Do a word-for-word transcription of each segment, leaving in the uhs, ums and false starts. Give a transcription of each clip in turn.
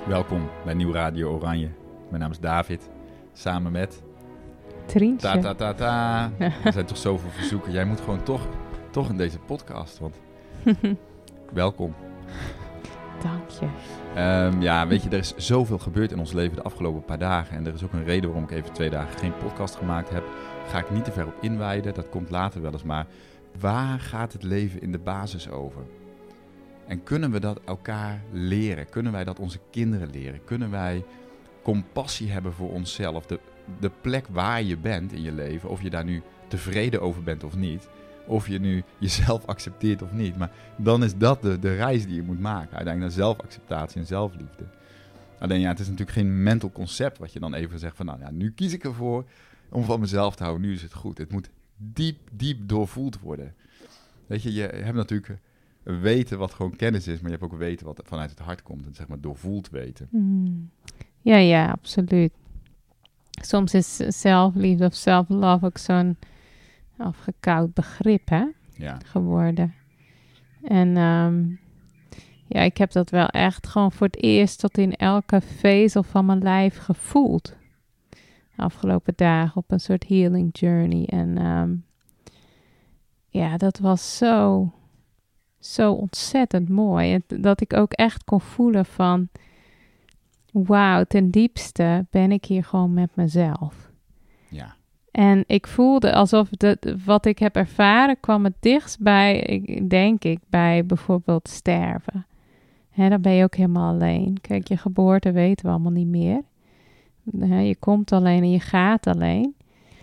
Welkom bij Nieuw Radio Oranje. Mijn naam is David, samen met... Trientje. Ta ta ta ta. Er zijn toch zoveel verzoeken. Jij moet gewoon toch, toch in deze podcast, want... Welkom. Dank je. Um, ja, weet je, er is zoveel gebeurd in ons leven de afgelopen paar dagen. En er is ook een reden waarom ik even twee dagen geen podcast gemaakt heb. Ga ik niet te ver op inwijden, dat komt later wel eens. Maar waar gaat het leven in de basis over? En kunnen we dat elkaar leren? Kunnen wij dat onze kinderen leren? Kunnen wij compassie hebben voor onszelf? De, de plek waar je bent in je leven, of je daar nu tevreden over bent of niet. Of je nu jezelf accepteert of niet. Maar dan is dat de, de reis die je moet maken. Uiteindelijk naar zelfacceptatie en zelfliefde. Alleen ja, het is natuurlijk geen mental concept wat je dan even zegt van... nou ja, nu kies ik ervoor om van mezelf te houden. Nu is het goed. Het moet diep, diep doorvoeld worden. Weet je, je hebt natuurlijk weten wat gewoon kennis is... maar je hebt ook weten wat vanuit het hart komt. En zeg maar doorvoeld weten. Mm. Ja, ja, absoluut. Soms is zelfliefde of self-love ook zo'n afgekoud begrip, hè? Ja. Geworden. En um, ja, ik heb dat wel echt gewoon voor het eerst tot in elke vezel van mijn lijf gevoeld. De afgelopen dagen op een soort healing journey. En um, ja, dat was zo, zo ontzettend mooi. En dat ik ook echt kon voelen van... wauw, ten diepste ben ik hier gewoon met mezelf. Ja. En ik voelde alsof de, wat ik heb ervaren kwam het dichtst bij, ik, denk ik, bij bijvoorbeeld sterven. Hè, dan ben je ook helemaal alleen. Kijk, je geboorte weten we allemaal niet meer. Hè, je komt alleen en je gaat alleen.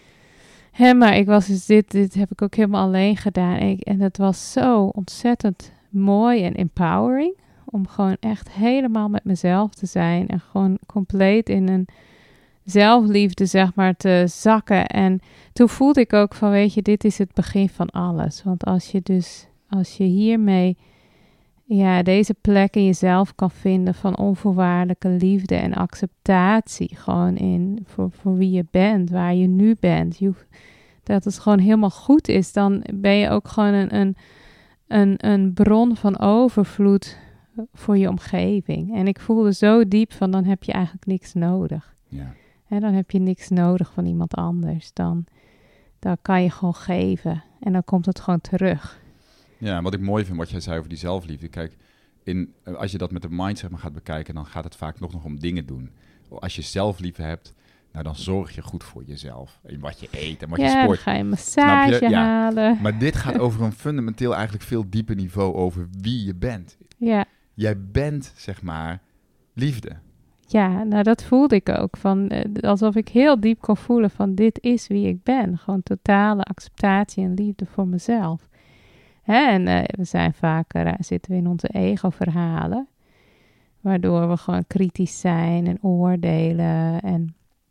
Hè, maar ik was dus dit, dit heb ik ook helemaal alleen gedaan. En, ik, en het was zo ontzettend mooi en empowering. Om gewoon echt helemaal met mezelf te zijn. En gewoon compleet in een zelfliefde, zeg maar, te zakken. En toen voelde ik ook van, weet je, dit is het begin van alles. Want als je dus, als je hiermee, ja, deze plek in jezelf kan vinden van onvoorwaardelijke liefde en acceptatie, gewoon in, voor, voor wie je bent, waar je nu bent. Je hoeft, dat het gewoon helemaal goed is, dan ben je ook gewoon een, een, een, een bron van overvloed voor je omgeving. En ik voelde zo diep van, dan heb je eigenlijk niks nodig. Ja. En dan heb je niks nodig van iemand anders. Dan, dan kan je gewoon geven. En dan komt het gewoon terug. Ja, en wat ik mooi vind, wat jij zei over die zelfliefde. Kijk, in, als je dat met de mind zeg maar, gaat bekijken, dan gaat het vaak nog, nog om dingen doen. Als je zelfliefde hebt, nou, dan zorg je goed voor jezelf. En wat je eet en wat ja, je sport. Dan ga je een massage Snap je? Ja. halen. Maar dit gaat over een fundamenteel eigenlijk veel dieper niveau over wie je bent. Ja. Jij bent, zeg maar, liefde. Ja, nou dat voelde ik ook. Van, uh, alsof ik heel diep kon voelen van dit is wie ik ben. Gewoon totale acceptatie en liefde voor mezelf. Hè? En uh, we zijn vaker, uh, zitten we in onze ego-verhalen. Waardoor we gewoon kritisch zijn en oordelen. En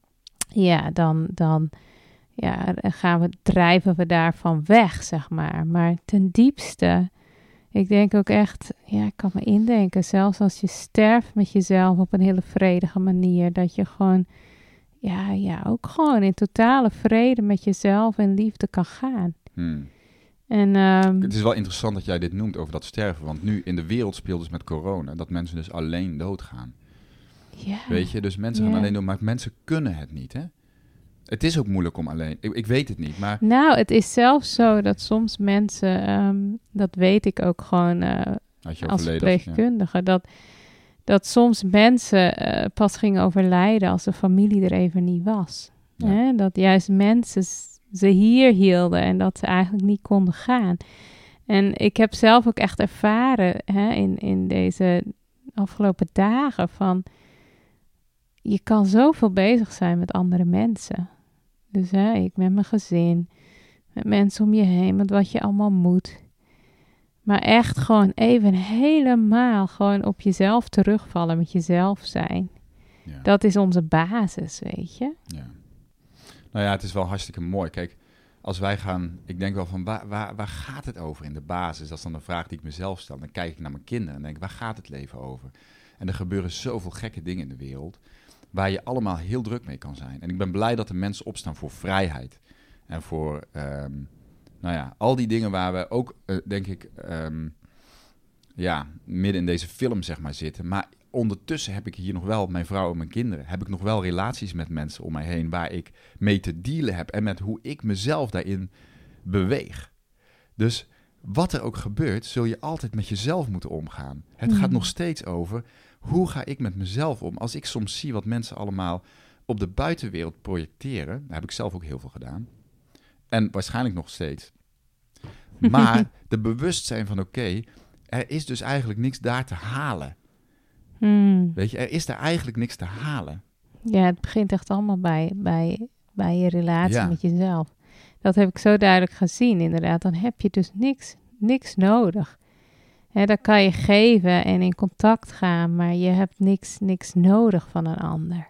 ja, dan, dan ja, gaan we, drijven we daarvan weg, zeg maar. Maar ten diepste... Ik denk ook echt, ja, ik kan me indenken, zelfs als je sterft met jezelf op een hele vredige manier, dat je gewoon, ja, ja, ook gewoon in totale vrede met jezelf en liefde kan gaan. Hmm. En, um, het is wel interessant dat jij dit noemt over dat sterven, want nu in de wereld speelt dus met corona, dat mensen dus alleen doodgaan. Ja. Weet je, dus mensen ja. gaan alleen dood, maar mensen kunnen het niet, hè? Het is ook moeilijk om alleen... Ik, ik weet het niet, maar... Nou, het is zelfs zo dat soms mensen... Um, dat weet ik ook gewoon uh, als verpleegkundige... Ja. Dat, dat soms mensen uh, pas gingen overlijden als de familie er even niet was. Ja. Hè? Dat juist mensen ze hier hielden... en dat ze eigenlijk niet konden gaan. En ik heb zelf ook echt ervaren... Hè, in, in deze afgelopen dagen van... Je kan zoveel bezig zijn met andere mensen... Dus hè, ik met mijn gezin, met mensen om je heen, met wat je allemaal moet. Maar echt gewoon even helemaal gewoon op jezelf terugvallen, met jezelf zijn. Ja. Dat is onze basis, weet je. Ja. Nou ja, het is wel hartstikke mooi. Kijk, als wij gaan, ik denk wel van, waar, waar, waar gaat het over in de basis? Dat is dan een vraag die ik mezelf stel. Dan kijk ik naar mijn kinderen en denk, waar gaat het leven over? En er gebeuren zoveel gekke dingen in de wereld... waar je allemaal heel druk mee kan zijn. En ik ben blij dat de mensen opstaan voor vrijheid. En voor, um, nou ja, al die dingen waar we ook, uh, denk ik, um, ja, midden in deze film, zeg maar, zitten. Maar ondertussen heb ik hier nog wel mijn vrouw en mijn kinderen. Heb ik nog wel relaties met mensen om mij heen waar ik mee te dealen heb. En met hoe ik mezelf daarin beweeg. Dus wat er ook gebeurt, zul je altijd met jezelf moeten omgaan. Het Mm. gaat nog steeds over, hoe ga ik met mezelf om? Als ik soms zie wat mensen allemaal op de buitenwereld projecteren. Daar heb ik zelf ook heel veel gedaan. En waarschijnlijk nog steeds. Maar de bewustzijn van oké, okay, er is dus eigenlijk niks daar te halen. Hmm. Weet je, er is daar eigenlijk niks te halen. Ja, het begint echt allemaal bij, bij, bij je relatie Ja. met jezelf. Dat heb ik zo duidelijk gezien, inderdaad. Dan heb je dus niks, niks nodig. Hè, dan kan je geven en in contact gaan, maar je hebt niks, niks nodig van een ander.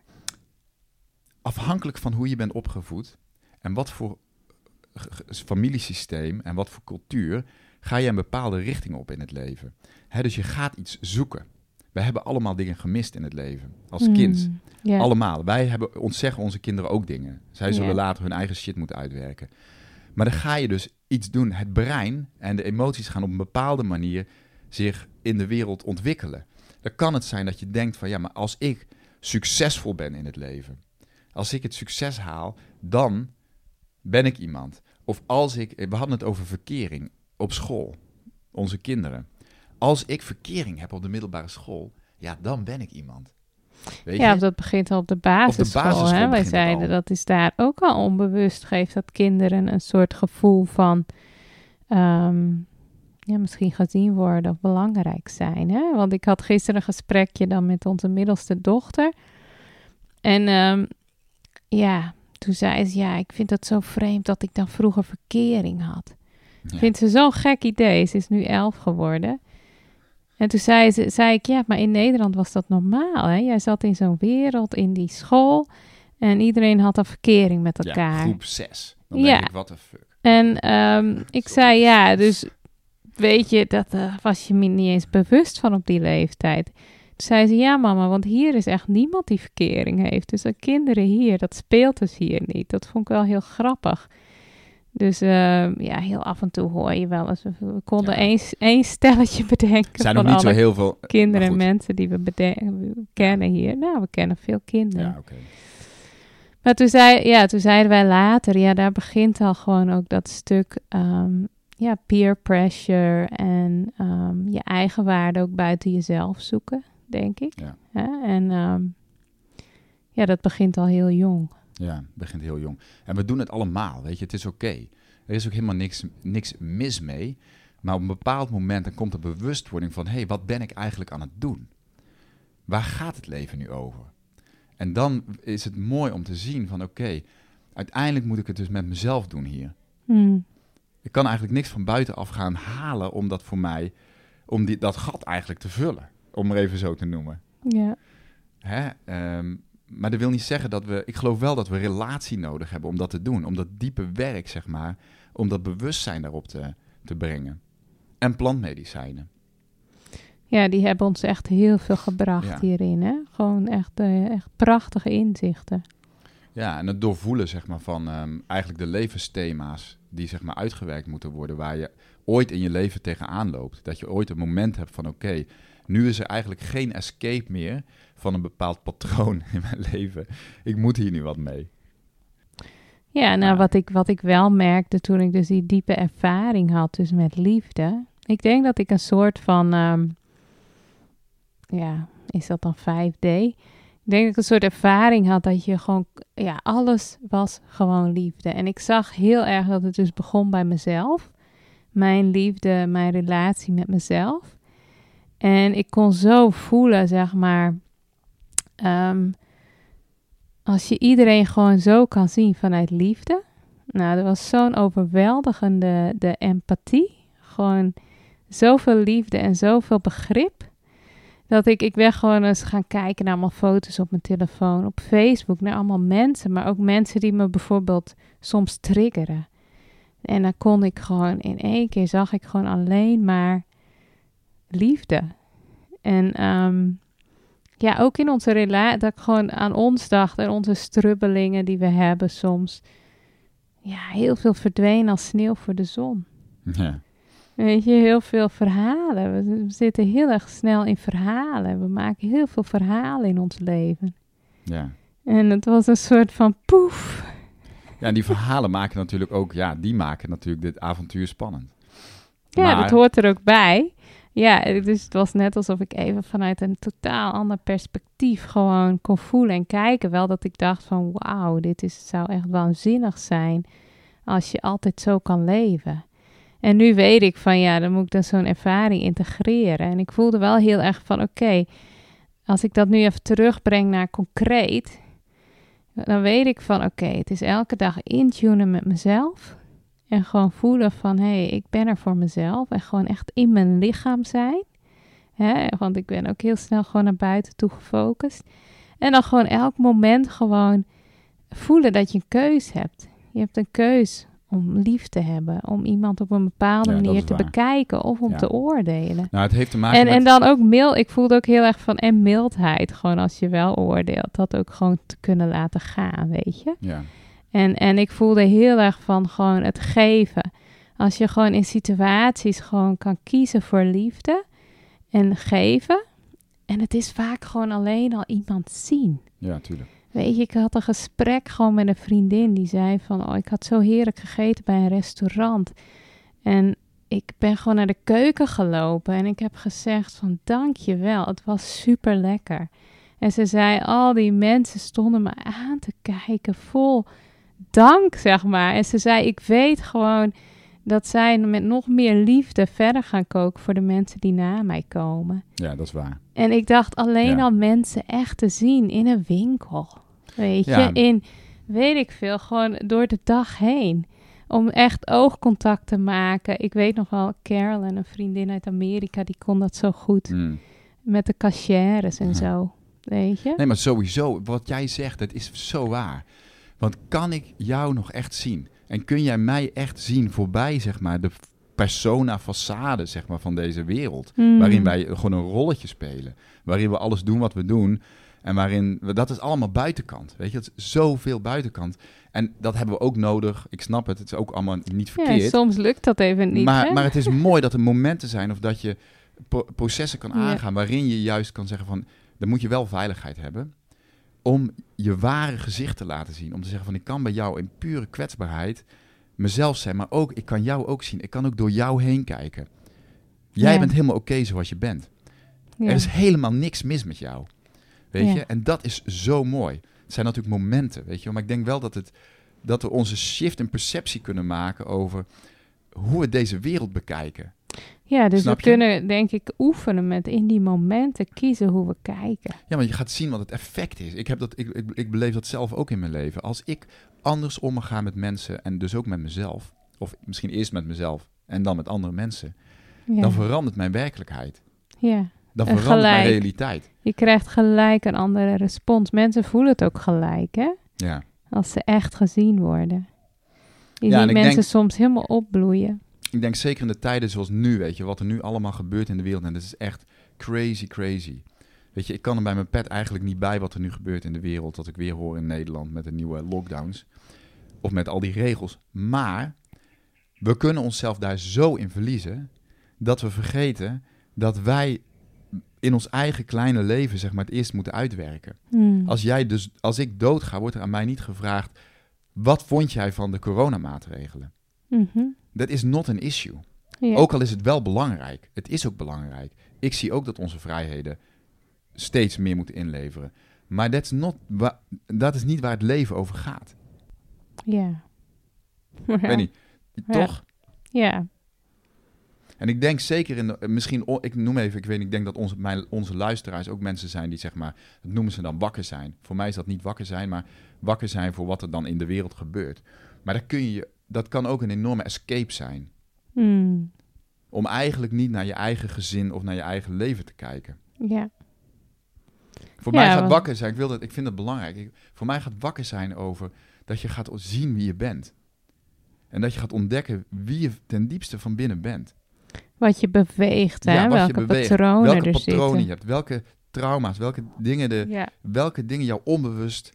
Afhankelijk van hoe je bent opgevoed en wat voor g- g- familiesysteem en wat voor cultuur, ga je een bepaalde richting op in het leven. Hè, dus je gaat iets zoeken. Wij hebben allemaal dingen gemist in het leven, als Hmm. kind. Ja. Allemaal. Wij hebben, ontzeggen onze kinderen ook dingen. Zij zullen Ja. later hun eigen shit moeten uitwerken. Maar dan ga je dus iets doen. Het brein en de emoties gaan op een bepaalde manier zich in de wereld ontwikkelen. Dan kan het zijn dat je denkt van, ja, maar als ik succesvol ben in het leven, als ik het succes haal, dan ben ik iemand. Of als ik, we hadden het over verkering op school, onze kinderen. Als ik verkering heb op de middelbare school, ja, dan ben ik iemand. Weet Ja, je? dat begint al op de basisschool. basisschool hè? Wij begint het zeiden al. dat is daar ook al onbewust. Geeft dat kinderen een soort gevoel van ehm, ja, misschien gezien worden of belangrijk zijn. Hè? Want ik had gisteren een gesprekje dan met onze middelste dochter. En ehm, ja, toen zei ze, ja, ik vind het zo vreemd dat ik dan vroeger verkering had. Ja. Vindt ze zo'n gek idee. Ze is nu elf geworden. En toen zei, ze, zei ik, ja, maar in Nederland was dat normaal. Hè? Jij zat in zo'n wereld, in die school. En iedereen had een verkering met Ja, elkaar. groep zes. Dan Ja. denk ik, what the fuck. En ehm, ik zei, ja, dus weet je, dat uh, was je me niet eens bewust van op die leeftijd. Toen zei ze, ja mama, want hier is echt niemand die verkering heeft. Dus de kinderen hier, dat speelt dus hier niet. Dat vond ik wel heel grappig. Dus uh, ja, heel af en toe hoor je wel eens. We, we konden Ja. één, één stelletje bedenken Er zijn van nog niet zo alle heel veel... kinderen maar en goed. mensen die we, beden- we kennen hier. Nou, we kennen veel kinderen. Ja, oké. Maar toen, zei, ja, toen zeiden wij later, ja, daar begint al gewoon ook dat stuk um, ja, peer pressure en um, je eigen waarde ook buiten jezelf zoeken, denk ik. Ja. Hè? En um, ja, dat begint al heel jong. Ja, het begint heel jong. En we doen het allemaal, weet je. Het is oké. Er is ook helemaal niks, niks mis mee. Maar op een bepaald moment dan komt de bewustwording van... hé, hey, wat ben ik eigenlijk aan het doen? Waar gaat het leven nu over? En dan is het mooi om te zien van... oké, okay, uiteindelijk moet ik het dus met mezelf doen hier. Hmm. Ik kan eigenlijk niks van buitenaf gaan halen om dat voor mij... om die, dat gat eigenlijk te vullen. Om maar even zo te noemen. Ja. Hè? Um, maar dat wil niet zeggen dat we... Ik geloof wel dat we relatie nodig hebben om dat te doen. Om dat diepe werk, zeg maar... om dat bewustzijn daarop te, te brengen. En plantmedicijnen. Ja, die hebben ons echt heel veel gebracht Ja. hierin. Hè? Gewoon echt, uh, echt prachtige inzichten. Ja, en het doorvoelen, zeg maar, van um, eigenlijk de levensthema's... die, zeg maar, uitgewerkt moeten worden... waar je ooit in je leven tegenaan loopt. Dat je ooit een moment hebt van... oké, okay, nu is er eigenlijk geen escape meer... van een bepaald patroon in mijn leven. Ik moet hier nu wat mee. Ja, nou, Ja. Wat, ik, wat ik wel merkte toen ik dus die diepe ervaring had, dus met liefde. Ik denk dat ik een soort van, um, ja, is dat dan vijf D? Ik denk dat ik een soort ervaring had dat je gewoon, ja, alles was gewoon liefde. En ik zag heel erg dat het dus begon bij mezelf. Mijn liefde, mijn relatie met mezelf. En ik kon zo voelen, zeg maar... Um, als je iedereen gewoon zo kan zien vanuit liefde. Nou, er was zo'n overweldigende de empathie. Gewoon zoveel liefde en zoveel begrip. Dat ik, ik ben gewoon eens gaan kijken naar allemaal foto's op mijn telefoon. Op Facebook, naar allemaal mensen. Maar ook mensen die me bijvoorbeeld soms triggeren. En dan kon ik gewoon in één keer zag ik gewoon alleen maar liefde. En... Um, Ja, ook in onze relatie, dat ik gewoon aan ons dacht en onze strubbelingen die we hebben soms. Ja, heel veel verdwenen als sneeuw voor de zon. Ja. Weet je, heel veel verhalen. We, we zitten heel erg snel in verhalen. We maken heel veel verhalen in ons leven. Ja. En het was een soort van poef. Ja, en die verhalen maken natuurlijk ook, ja, die maken natuurlijk dit avontuur spannend. Ja, Maar, dat hoort er ook bij. Ja, dus het was net alsof ik even vanuit een totaal ander perspectief gewoon kon voelen en kijken. Wel dat ik dacht van, wauw, dit is, zou echt waanzinnig zijn als je altijd zo kan leven. En nu weet ik van, ja, dan moet ik dan zo'n ervaring integreren. En ik voelde wel heel erg van, oké, okay, als ik dat nu even terugbreng naar concreet, dan weet ik van, oké, okay, het is elke dag intunen met mezelf. En gewoon voelen van, hé, hey, ik ben er voor mezelf. En gewoon echt in mijn lichaam zijn. Hè? Want ik ben ook heel snel gewoon naar buiten toe gefocust. En dan gewoon elk moment gewoon voelen dat je een keus hebt. Je hebt een keus om lief te hebben. Om iemand op een bepaalde Ja, manier te waar. bekijken of om Ja. te oordelen. Nou, het heeft te maken En, met... en dan ook mild. Ik voelde ook heel erg van, en mildheid. Gewoon als je wel oordeelt. Dat ook gewoon te kunnen laten gaan, weet je. Ja. En, en ik voelde heel erg van gewoon het geven. Als je gewoon in situaties gewoon kan kiezen voor liefde en geven. En het is vaak gewoon alleen al iemand zien. Ja, tuurlijk. Weet je, ik had een gesprek gewoon met een vriendin die zei van, oh, ik had zo heerlijk gegeten bij een restaurant. En ik ben gewoon naar de keuken gelopen en ik heb gezegd van, dank je wel, het was super lekker. En ze zei, al die mensen stonden me aan te kijken vol dank, zeg maar. En ze zei, ik weet gewoon dat zij met nog meer liefde verder gaan koken voor de mensen die na mij komen. Ja, dat is waar. En ik dacht alleen Ja. al mensen echt te zien in een winkel. Weet je, Ja. in, weet ik veel, gewoon door de dag heen. Om echt oogcontact te maken. Ik weet nog wel, Carolyn, een vriendin uit Amerika, die kon dat zo goed. Mm. Met de cashiers en Ja. zo, weet je. Nee, maar sowieso, wat jij zegt, dat is zo waar. Want kan ik jou nog echt zien? En kun jij mij echt zien voorbij, zeg maar, de persona, façade, zeg maar, van deze wereld? Hmm. Waarin wij gewoon een rolletje spelen. Waarin we alles doen wat we doen. En waarin, we, dat is allemaal buitenkant. Weet je, dat is zoveel buitenkant. En dat hebben we ook nodig. Ik snap het, het is ook allemaal niet verkeerd. Ja, soms lukt dat even niet, maar, hè? maar het is mooi dat er momenten zijn of dat je pro- processen kan Ja. aangaan waarin je juist kan zeggen van, dan moet je wel veiligheid hebben om je ware gezicht te laten zien. Om te zeggen van, ik kan bij jou in pure kwetsbaarheid mezelf zijn, maar ook, ik kan jou ook zien. Ik kan ook door jou heen kijken. Jij Ja. bent helemaal oké zoals je bent. Ja. Er is helemaal niks mis met jou. Weet Ja. je? En dat is zo mooi. Het zijn natuurlijk momenten, weet je wel. Maar ik denk wel dat, het, dat we onze shift in perceptie kunnen maken over hoe we deze wereld bekijken. Ja, dus Snap we je? kunnen, denk ik, oefenen met in die momenten kiezen hoe we kijken. Ja, want je gaat zien wat het effect is. Ik, heb dat, ik, ik, ik beleef dat zelf ook in mijn leven. Als ik anders om me ga met mensen en dus ook met mezelf, of misschien eerst met mezelf en dan met andere mensen, Ja, dan verandert mijn werkelijkheid. ja. Dan En verandert mijn gelijk. realiteit. Je krijgt gelijk een andere respons. Mensen voelen het ook gelijk, hè? Ja. Als ze echt gezien worden. Je Ja, en ziet ik mensen denk- soms helemaal opbloeien. Ik denk zeker in de tijden zoals nu, weet je, wat er nu allemaal gebeurt in de wereld. En dat is echt crazy, crazy. Weet je, ik kan er bij mijn pet eigenlijk niet bij wat er nu gebeurt in de wereld. Dat ik weer hoor in Nederland met de nieuwe lockdowns. Of met al die regels. Maar we kunnen onszelf daar zo in verliezen dat we vergeten dat wij in ons eigen kleine leven, zeg maar, het eerst moeten uitwerken. Hmm. Als jij dus, als ik doodga, wordt er aan mij niet gevraagd, wat vond jij van de coronamaatregelen? Mhm. Dat is not an issue. Ja. Ook al is het wel belangrijk. Het is ook belangrijk. Ik zie ook dat onze vrijheden steeds meer moeten inleveren. Maar that's not wa- dat is niet waar het leven over gaat. Ja. Ik weet niet. Toch? Ja. En ik denk zeker in de, misschien, o- ik noem even, ik weet niet, ik denk dat onze, mijn, onze luisteraars ook mensen zijn die zeg maar, dat noemen ze dan wakker zijn. Voor mij is dat niet wakker zijn, maar wakker zijn voor wat er dan in de wereld gebeurt. Maar daar kun je, dat kan ook een enorme escape zijn. Hmm. Om eigenlijk niet naar je eigen gezin of naar je eigen leven te kijken. Ja. Voor Ja, mij gaat want- wakker zijn, ik, wil dat, ik vind het belangrijk. Ik, voor mij gaat wakker zijn over dat je gaat zien wie je bent. En dat je gaat ontdekken wie je ten diepste van binnen bent. Wat je beweegt, hè? Ja, wat je welke beweegt. patronen welke er patronen zitten. je hebt, welke trauma's, welke dingen, de, Ja. welke dingen jou onbewust,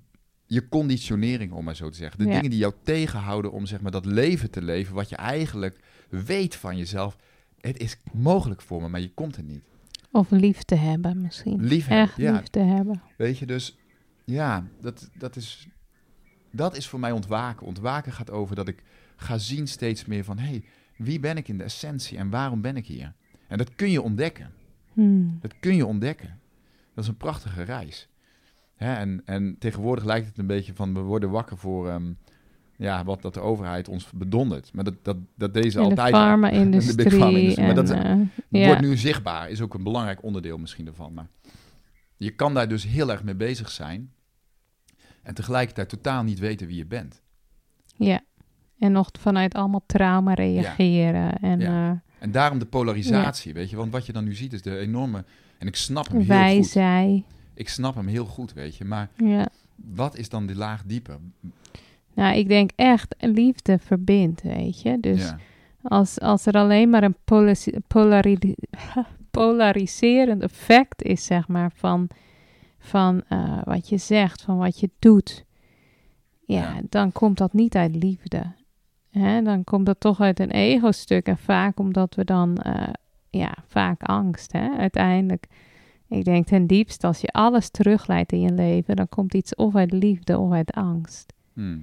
je conditionering om maar zo te zeggen. De Ja. dingen die jou tegenhouden om zeg maar, dat leven te leven wat je eigenlijk weet van jezelf, het is mogelijk voor me, maar je komt er niet. Of liefde hebben misschien. Liefhebben, Echt ja. liefde hebben. Weet je, dus ja, dat, dat, is, dat is voor mij ontwaken. Ontwaken gaat over dat ik ga zien steeds meer van, hé, hey, wie ben ik in de essentie en waarom ben ik hier? En dat kun je ontdekken. Hmm. Dat kun je ontdekken. Dat is een prachtige reis. Hè, en, en tegenwoordig lijkt het een beetje van, we worden wakker voor um, ja, wat dat de overheid ons bedondert. Maar dat, dat, dat deze in altijd... de farma-industrie. de big pharma-industrie. Maar dat uh, wordt ja. nu zichtbaar, is ook een belangrijk onderdeel misschien ervan. Maar je kan daar dus heel erg mee bezig zijn en tegelijkertijd totaal niet weten wie je bent. Ja, en nog vanuit allemaal trauma reageren. Ja. En, ja. uh, en daarom de polarisatie, ja. weet je. Want wat je dan nu ziet is de enorme... En ik snap hem heel wij, goed. zij. Ik snap hem heel goed, weet je. Maar ja. wat is dan die laag dieper? Nou, ik denk echt liefde verbindt, weet je. Dus ja. als, als er alleen maar een polari- polari- polariserend effect is, zeg maar, van, van uh, wat je zegt, van wat je doet... Ja, ja, dan komt dat niet uit liefde. Hè? Dan komt dat toch uit een ego-stuk. En vaak omdat we dan, uh, ja, vaak angst. Hè? Uiteindelijk, ik denk ten diepste, als je alles terugleidt in je leven, dan komt iets of uit liefde of uit angst. Hmm.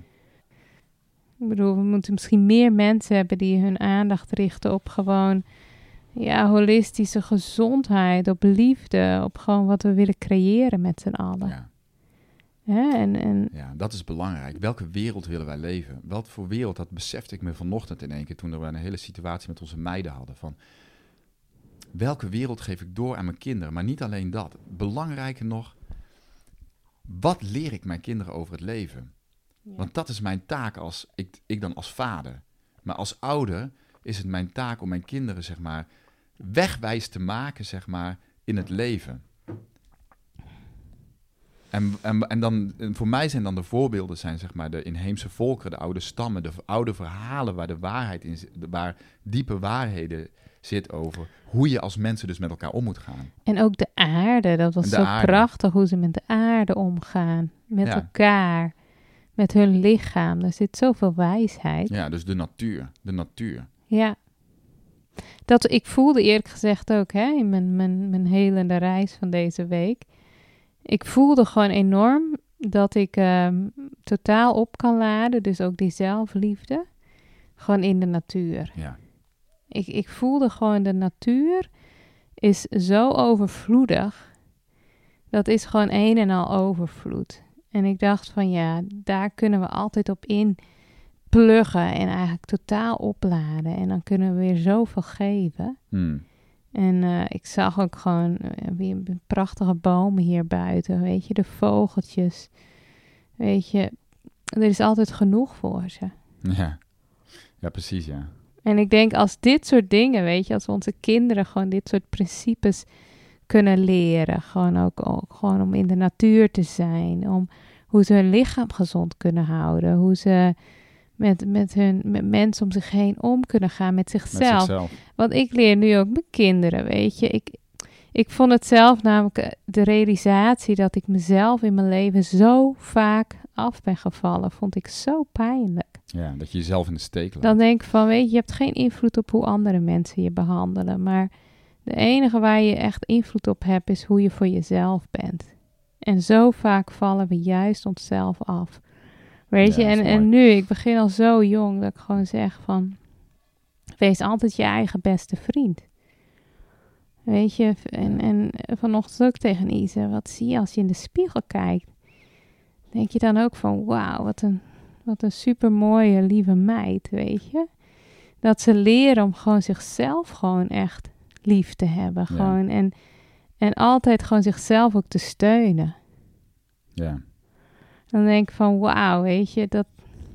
Ik bedoel, we moeten misschien meer mensen hebben die hun aandacht richten op gewoon, ja, holistische gezondheid, op liefde, op gewoon wat we willen creëren met z'n allen. Ja. Ja, en, en ja, dat is belangrijk. Welke wereld willen wij leven? Wat voor wereld, dat besefte ik me vanochtend in één keer toen we een hele situatie met onze meiden hadden. Van welke wereld geef ik door aan mijn kinderen? Maar niet alleen dat. Belangrijker nog, wat leer ik mijn kinderen over het leven? Ja. Want dat is mijn taak als ik, ik dan als vader. Maar als ouder is het mijn taak om mijn kinderen, zeg maar, wegwijs te maken, zeg maar, in het leven. En, en, en dan, en voor mij zijn dan de voorbeelden zijn, zeg maar, de inheemse volkeren, de oude stammen, de oude verhalen waar de waarheid in zit, waar diepe waarheden zit over hoe je als mensen dus met elkaar om moet gaan. En ook de aarde, dat was zo aarde. prachtig hoe ze met de aarde omgaan, met ja. elkaar, met hun lichaam. Er zit zoveel wijsheid. Ja, dus de natuur, de natuur. Ja. Dat, ik voelde eerlijk gezegd ook, hè, in mijn, mijn, mijn helende reis van deze week. Ik voelde gewoon enorm dat ik um, totaal op kan laden. Dus ook die zelfliefde. Gewoon in de natuur. Ja. Ik, ik voelde gewoon de natuur is zo overvloedig. Dat is gewoon een en al overvloed. En ik dacht van ja, daar kunnen we altijd op in pluggen. En eigenlijk totaal opladen. En dan kunnen we weer zoveel geven. Hmm. En uh, ik zag ook gewoon uh, weer prachtige bomen hier buiten. Weet je, de vogeltjes. Weet je, er is altijd genoeg voor ze. Ja, ja precies, ja. En ik denk als dit soort dingen, weet je, als onze kinderen gewoon dit soort principes kunnen leren. Gewoon ook, ook gewoon om in de natuur te zijn. Om hoe ze hun lichaam gezond kunnen houden. Hoe ze met, met hun met mensen om zich heen om kunnen gaan met zichzelf. Met zichzelf. Want ik leer nu ook mijn kinderen, weet je. Ik, ik vond het zelf namelijk de realisatie dat ik mezelf in mijn leven zo vaak af ben gevallen. Vond ik zo pijnlijk. Ja, dat je jezelf in de steek laat. Dan denk ik van, weet je, je hebt geen invloed op hoe andere mensen je behandelen. Maar de enige waar je echt invloed op hebt, is hoe je voor jezelf bent. En zo vaak vallen we juist onszelf af. Weet ja, je, en, en nu, ik begin al zo jong dat ik gewoon zeg van, wees altijd je eigen beste vriend. Weet je, en, en vanochtend ook tegen Isa, wat zie je als je in de spiegel kijkt? Denk je dan ook van, wauw, wat een, wat een supermooie, lieve meid, weet je? Dat ze leren om gewoon zichzelf gewoon echt lief te hebben. Ja. Gewoon, en, en altijd gewoon zichzelf ook te steunen. Ja. Dan denk ik van, wauw, weet je, dat...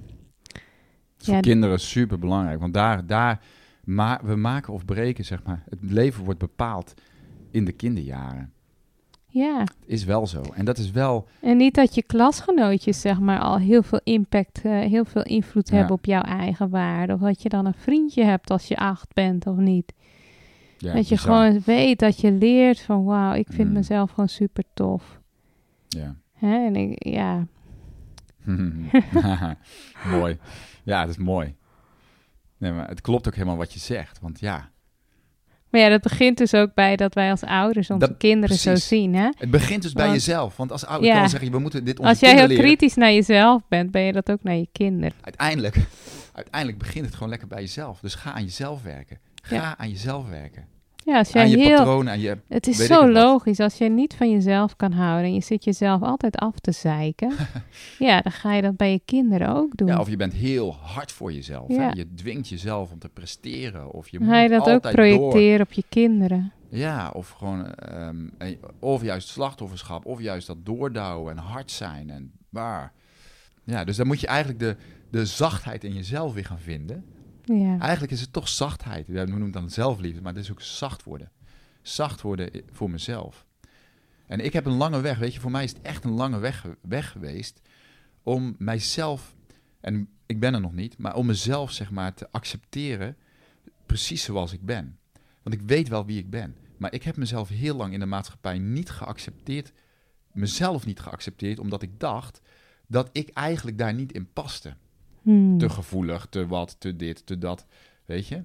Voor ja, kinderen super belangrijk, want daar, daar ma- we maken of breken, zeg maar. Het leven wordt bepaald in de kinderjaren. Ja. Het is wel zo. En dat is wel... En niet dat je klasgenootjes, zeg maar, al heel veel impact, uh, heel veel invloed ja. hebben op jouw eigen waarde. Of dat je dan een vriendje hebt als je acht bent of niet. Ja, dat je bizar. gewoon weet, dat je leert van, wauw, ik vind mm. mezelf gewoon super tof. Ja. Hè? En ik, ja... Mooi. Ja, dat is mooi. Nee, maar het klopt ook helemaal wat je zegt. Want ja... Maar ja, dat begint dus ook bij dat wij als ouders onze Dat, kinderen precies. zo zien, hè? Het begint dus bij Want, jezelf. Want als ouder ja, kan je zeggen, we moeten dit onze als jij heel kinderen leren. kritisch naar jezelf bent, ben je dat ook naar je kinderen. Uiteindelijk, uiteindelijk begint het gewoon lekker bij jezelf. Dus ga aan jezelf werken. Ga Ja. aan jezelf werken. Ja, als jij Aan je heel... patronen, aan je... Het is weet zo ik het wat. logisch, als je niet van jezelf kan houden en je zit jezelf altijd af te zeiken, ja, dan ga je dat bij je kinderen ook doen. Ja, of je bent heel hard voor jezelf. Ja. Hè? Je dwingt jezelf om te presteren. Of je Dan moet ga je dat ook altijd projecteren door. op je kinderen. Ja, of gewoon... Um, of juist slachtofferschap. Of juist dat doordouwen en hard zijn. En waar. Ja, dus dan moet je eigenlijk de, de zachtheid in jezelf weer gaan vinden. Ja. Eigenlijk is het toch zachtheid. We noemen het dan zelfliefde, maar het is ook zacht worden. Zacht worden voor mezelf. En ik heb een lange weg, weet je, voor mij is het echt een lange weg, weg geweest om mijzelf, en ik ben er nog niet, maar om mezelf zeg maar te accepteren precies zoals ik ben. Want ik weet wel wie ik ben, maar ik heb mezelf heel lang in de maatschappij niet geaccepteerd, mezelf niet geaccepteerd, omdat ik dacht dat ik eigenlijk daar niet in paste. Hmm. Te gevoelig, te wat, te dit, te dat, weet je.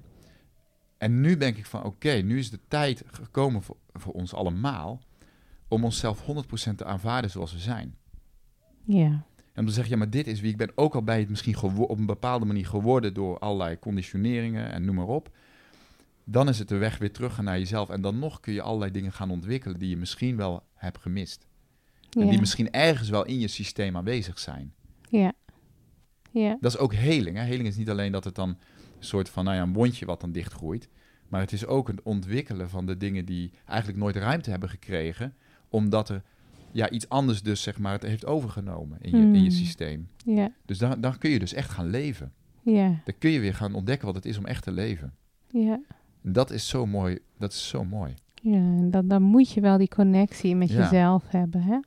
En nu denk ik van, oké, okay, nu is de tijd gekomen voor, voor ons allemaal om onszelf honderd procent te aanvaarden zoals we zijn. Ja. En om te zeggen, ja, maar dit is wie ik ben. Ook al bij het misschien gewo- op een bepaalde manier geworden door allerlei conditioneringen en noem maar op. Dan is het de weg weer terug naar jezelf. En dan nog kun je allerlei dingen gaan ontwikkelen die je misschien wel hebt gemist. En Ja. die misschien ergens wel in je systeem aanwezig zijn. Ja. Ja. Dat is ook heling. Hè? Heling is niet alleen dat het dan een soort van, nou ja, een wondje wat dan dichtgroeit. Maar het is ook het ontwikkelen van de dingen die eigenlijk nooit ruimte hebben gekregen. Omdat er ja, iets anders dus, zeg maar, het heeft overgenomen in je, Hmm. in je systeem. Ja. Dus dan, dan kun je dus echt gaan leven. Ja. Dan kun je weer gaan ontdekken wat het is om echt te leven. Ja. En dat is zo mooi. Dat is zo mooi. Ja, en dan, dan moet je wel die connectie met Ja. jezelf hebben, hè?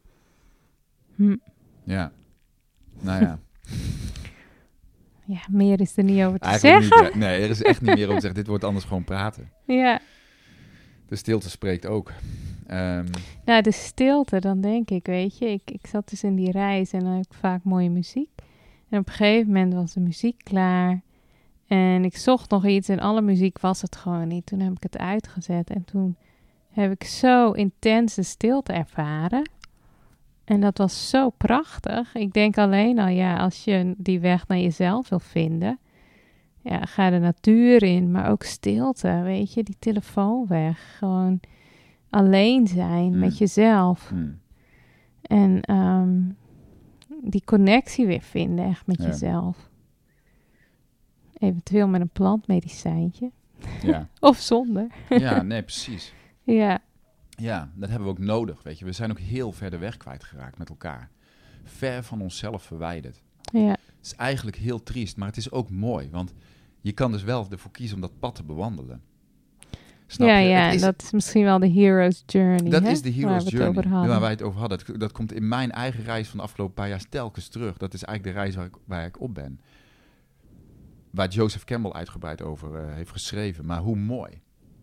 Hm. Ja. Nou ja. Ja, meer is er niet over te Eigenlijk zeggen. niet. hè. Nee, er is echt niet meer over te zeggen. Dit wordt anders gewoon praten. Ja. De stilte spreekt ook. Ehm, Nou, de stilte, dan denk ik, weet je. Ik, ik zat dus in die reis en dan heb ik vaak mooie muziek. En op een gegeven moment was de muziek klaar. En ik zocht nog iets en alle muziek was het gewoon niet. Toen heb ik het uitgezet en toen heb ik zo intense stilte ervaren. En dat was zo prachtig. Ik denk alleen al, ja, als je die weg naar jezelf wil vinden, ja, ga de natuur in, maar ook stilte, weet je, die telefoon weg. Gewoon alleen zijn Hmm. met jezelf. hmm. En ehm, die connectie weer vinden, echt met Ja. jezelf. Eventueel met een plantmedicijntje. Ja. Of zonder. ja, nee, precies. Ja, Ja, dat hebben we ook nodig, weet je. We zijn ook heel ver de weg kwijtgeraakt met elkaar. Ver van onszelf verwijderd. ja, Het is eigenlijk heel triest, maar het is ook mooi. Want je kan dus wel ervoor kiezen om dat pad te bewandelen. Snap ja, je? ja. Het en is, dat is misschien wel de hero's journey. dat hè? is de Waar hero's we het journey, over hadden. waar wij het over hadden. Dat, dat komt in mijn eigen reis van de afgelopen paar jaar telkens terug. Dat is eigenlijk de reis waar ik, waar ik op ben. Waar Joseph Campbell uitgebreid over uh, heeft geschreven. Maar hoe mooi.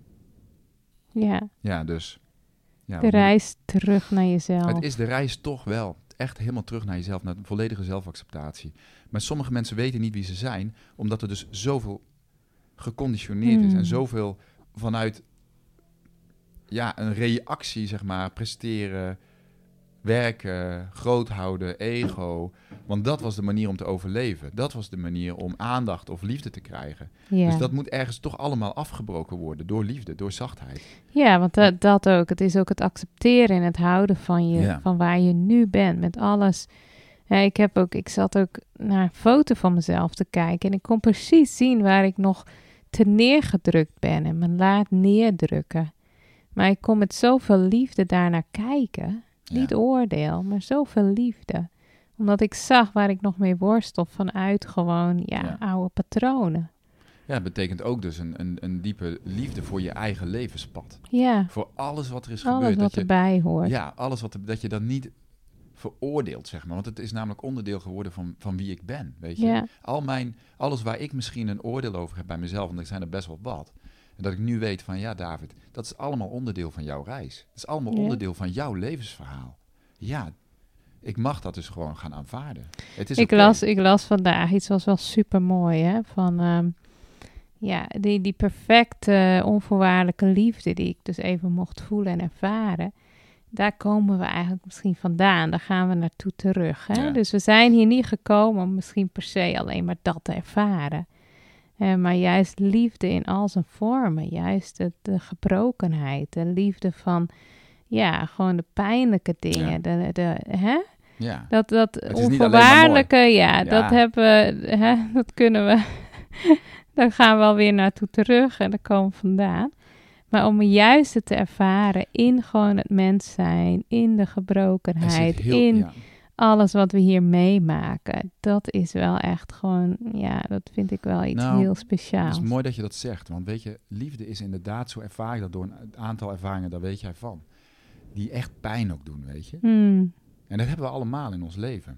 Ja, Ja, dus... Ja, de reis terug naar jezelf. Het is de reis toch wel echt helemaal terug naar jezelf, naar volledige zelfacceptatie. Maar sommige mensen weten niet wie ze zijn, omdat er dus zoveel geconditioneerd is Hmm. en zoveel vanuit ja, een reactie, zeg maar, presteren, werken, groot houden, ego. Want dat was de manier om te overleven. Dat was de manier om aandacht of liefde te krijgen. ja. Dus dat moet ergens toch allemaal afgebroken worden door liefde, door zachtheid. ja, want dat, dat ook. Het is ook het accepteren en het houden van je, Ja. van waar je nu bent, met alles. Ja, ik heb ook, ik zat ook naar een foto van mezelf te kijken en ik kon precies zien waar ik nog te neergedrukt ben en me laat neerdrukken. Maar ik kon met zoveel liefde daarnaar kijken. Niet Ja. oordeel, maar zoveel liefde. Omdat ik zag waar ik nog mee worstel vanuit gewoon, ja, Ja. oude patronen. Ja, het betekent ook dus een, een, een diepe liefde voor je eigen levenspad. Ja, Voor alles wat er is alles gebeurd. wat Dat je, erbij hoort. ja, alles wat er, dat je dat niet veroordeelt, zeg maar. Want het is namelijk onderdeel geworden van, van wie ik ben, weet je. Ja. Al mijn, alles waar ik misschien een oordeel over heb bij mezelf, want er zijn er best wel wat. En dat ik nu weet van, ja David, dat is allemaal onderdeel van jouw reis. Dat is allemaal Ja. onderdeel van jouw levensverhaal. Ja, ik mag dat dus gewoon gaan aanvaarden. Het is Ik, oké. las, ik las vandaag iets was wel super mooi, hè? Van, ehm, ja, die, die perfecte, onvoorwaardelijke liefde die ik dus even mocht voelen en ervaren, daar komen we eigenlijk misschien vandaan. Daar gaan we naartoe terug. Hè? Ja. Dus we zijn hier niet gekomen om misschien per se alleen maar dat te ervaren. Uh, maar juist liefde in al zijn vormen. Juist de, de gebrokenheid. De liefde van, ja, gewoon de pijnlijke dingen. Ja. De, de, hè? Ja. Dat, dat Het is niet alleen maar onvoorwaardelijke, mooi. ja, Ja. dat hebben we, hè, dat kunnen we, daar gaan we alweer naartoe terug en daar komen we vandaan. Maar om juist het te ervaren in gewoon het mens zijn, in de Er gebrokenheid, zit heel- in ja. alles wat we hier meemaken. Dat is wel echt gewoon, ja, dat vind ik wel iets Nou, heel speciaals. Het is mooi dat je dat zegt, want weet je, liefde is inderdaad, zo ervaar ik dat door een aantal ervaringen, daar weet jij van. Die echt pijn ook doen, weet je. Hmm. En dat hebben we allemaal in ons leven.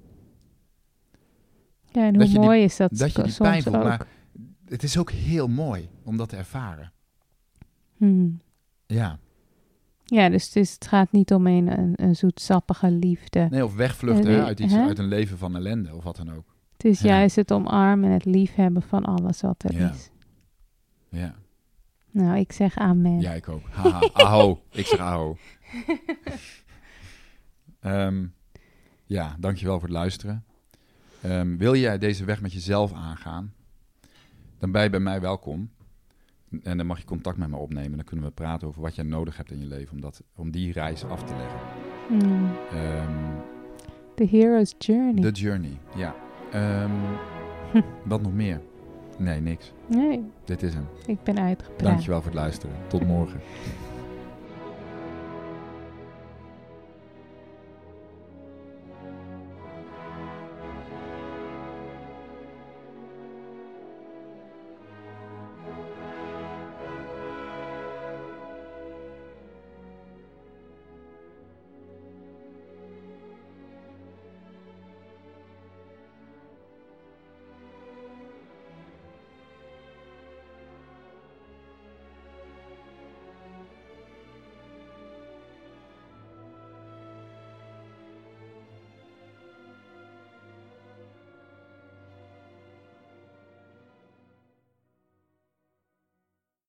Ja, en dat hoe je die- mooi is dat, Dat je die soms pijn voelt, ook. maar het is ook heel mooi om dat te ervaren. Hmm. Ja, Ja, dus het, is, het gaat niet om een, een, een zoetsappige liefde. nee, of wegvluchten Eh, hè, uit, iets, hè? uit een leven van ellende of wat dan ook. Het is Ja. juist het omarmen en het liefhebben van alles wat er Ja. is. Ja, Nou, ik zeg amen. ja ik ook. Haha, aho, ik zeg aho. um, ja, dankjewel voor het luisteren. Um, wil jij deze weg met jezelf aangaan, dan ben je bij mij welkom. En dan mag je contact met me opnemen. Dan kunnen we praten over wat jij nodig hebt in je leven om, dat, om die reis af te leggen. Hmm. Um, The Hero's Journey. The journey, ja. Um, wat nog meer? Nee, niks. Nee, Dit is hem. ik ben uitgepraat. Dankjewel voor het luisteren. Tot morgen.